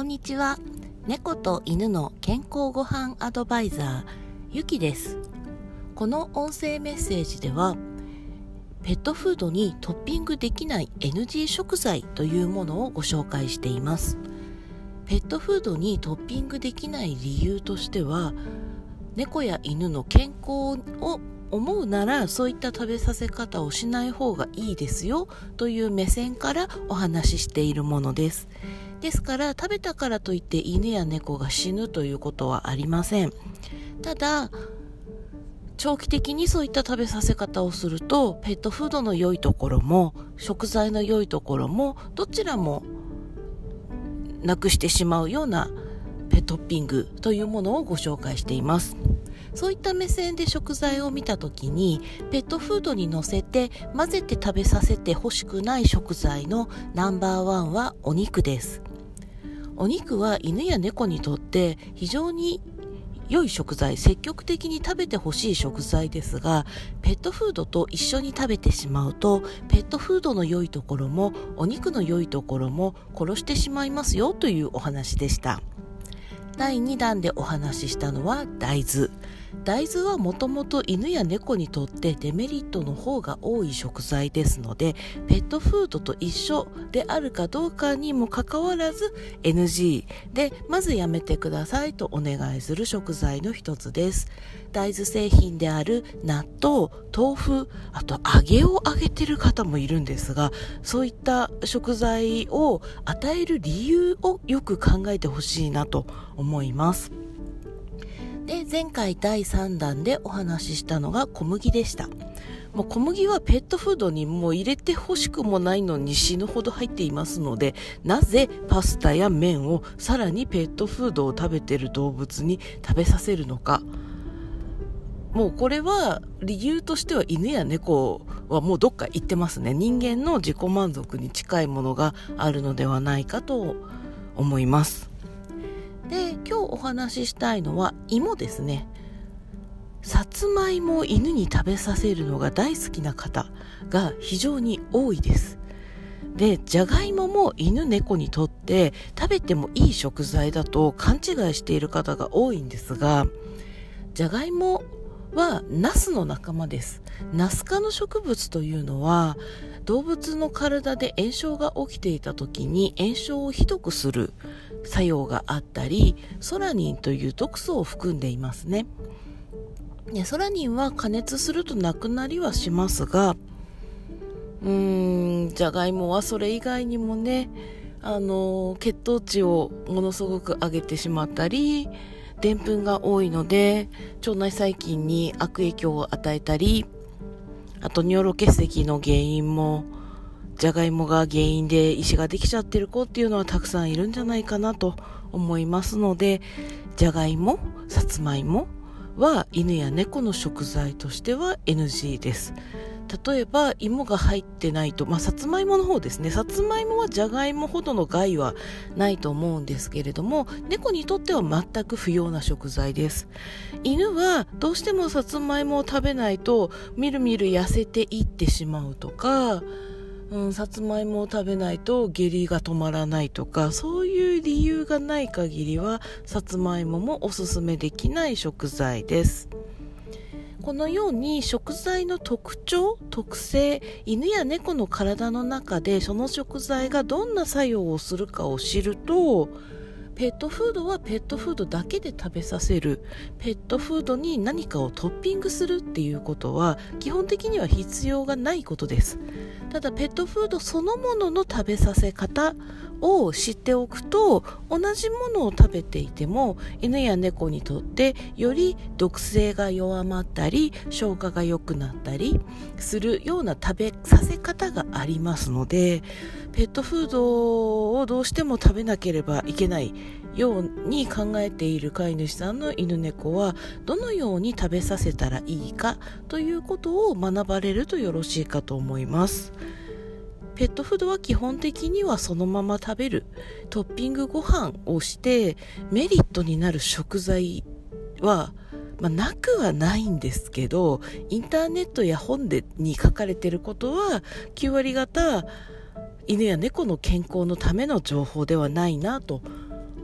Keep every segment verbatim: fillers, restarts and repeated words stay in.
んにちは。猫と犬の健康ごはんアドバイザーゆきです。この音声メッセージではペットフードにトッピングできない エヌジー 食材というものをご紹介しています。ペットフードにトッピングできない理由としては、猫や犬の健康を思うならそういった食べさせ方をしない方がいいですよという目線からお話ししているものです。ですから食べたからといって犬や猫が死ぬということはありません。ただ長期的にそういった食べさせ方をするとペットフードの良いところも食材の良いところもどちらもなくしてしまうようなペットッピングというものをご紹介しています。そういった目線で食材を見たときにペットフードに乗せて混ぜて食べさせて欲しくない食材のナンバーワンはお肉です。お肉は犬や猫にとって非常に良い食材、積極的に食べてほしい食材ですが、ペットフードと一緒に食べてしまうとペットフードの良いところもお肉の良いところも殺してしまいますよというお話でした。だいにだんでお話ししたのは大豆。大豆はもともと犬や猫にとってデメリットの方が多い食材ですので、ペットフードと一緒であるかどうかにもかかわらず エヌジー でまずやめてくださいとお願いする食材の一つです。大豆製品である納豆、豆腐、あと揚げを揚げてる方もいるんですが、そういった食材を与える理由をよく考えてほしいなと思います。で、前回だいさんだんでお話ししたのが小麦でした。もう小麦はペットフードにもう入れてほしくもないのに死ぬほど入っていますので、なぜパスタや麺をさらにペットフードを食べている動物に食べさせるのか。もうこれは理由としては犬や猫はもうどっか行ってますね。人間の自己満足に近いものがあるのではないかと思います。で、今日お話ししたいのは芋ですね。さつまいもを犬に食べさせるのが大好きな方が非常に多いです。で、じゃがいもも犬猫にとって食べてもいい食材だと勘違いしている方が多いんですが、じゃがいもはナスの仲間です。ナス科の植物というのは動物の体で炎症が起きていた時に炎症をひどくする作用があったり、ソラニンという毒素を含んでいますね。で、ソラニンは加熱するとなくなりはしますが、うーんじゃがいもはそれ以外にもね、あの血糖値をものすごく上げてしまったり、でんぷんが多いので腸内細菌に悪影響を与えたり、あと尿路結石の原因もじゃがいもが原因で石ができちゃってる子っていうのはたくさんいるんじゃないかなと思いますので、じゃがいも、さつまいもは犬や猫の食材としては エヌジー です。例えば芋が入ってないと、まあ、さつまいもの方ですね。さつまいもはじゃがいもほどの害はないと思うんですけれども、猫にとっては全く不要な食材です。犬はどうしてもさつまいもを食べないとみるみる痩せていってしまうとか、うん、さつまいもを食べないと下痢が止まらないとか、そういう理由がない限りはさつまいももおすすめできない食材です。このように食材の特徴、特性、犬や猫の体の中でその食材がどんな作用をするかを知ると、ペットフードはペットフードだけで食べさせる、ペットフードに何かをトッピングするっていうことは基本的には必要がないことです。ただペットフードそのものの食べさせ方を知っておくと、同じものを食べていても犬や猫にとってより毒性が弱まったり消化が良くなったりするような食べさせ方がありますので、ペットフードをどうしても食べなければいけないように考えている飼い主さんの犬猫はどのように食べさせたらいいかということを学ばれるとよろしいかと思います。ペットフードは基本的にはそのまま食べる、トッピングご飯をしてメリットになる食材は、まあ、なくはないんですけど、インターネットや本でに書かれていることはきゅうわりがた犬や猫の健康のための情報ではないなと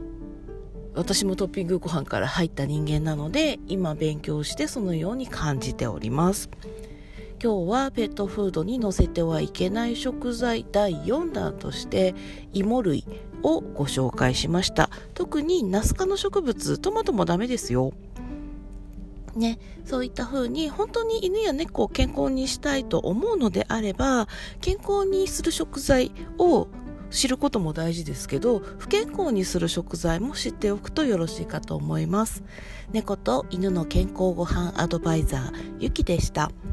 私もトッピングご飯から入った人間なので、今勉強してそのように感じております。今日はペットフードに乗せてはいけない食材だいよんだんとして芋類をご紹介しました。特にナス科の植物、トマトもダメですよ。ね、そういった風に本当に犬や猫を健康にしたいと思うのであれば、健康にする食材を知ることも大事ですけど、不健康にする食材も知っておくとよろしいかと思います。猫と犬の健康ごはんアドバイザー、ゆきでした。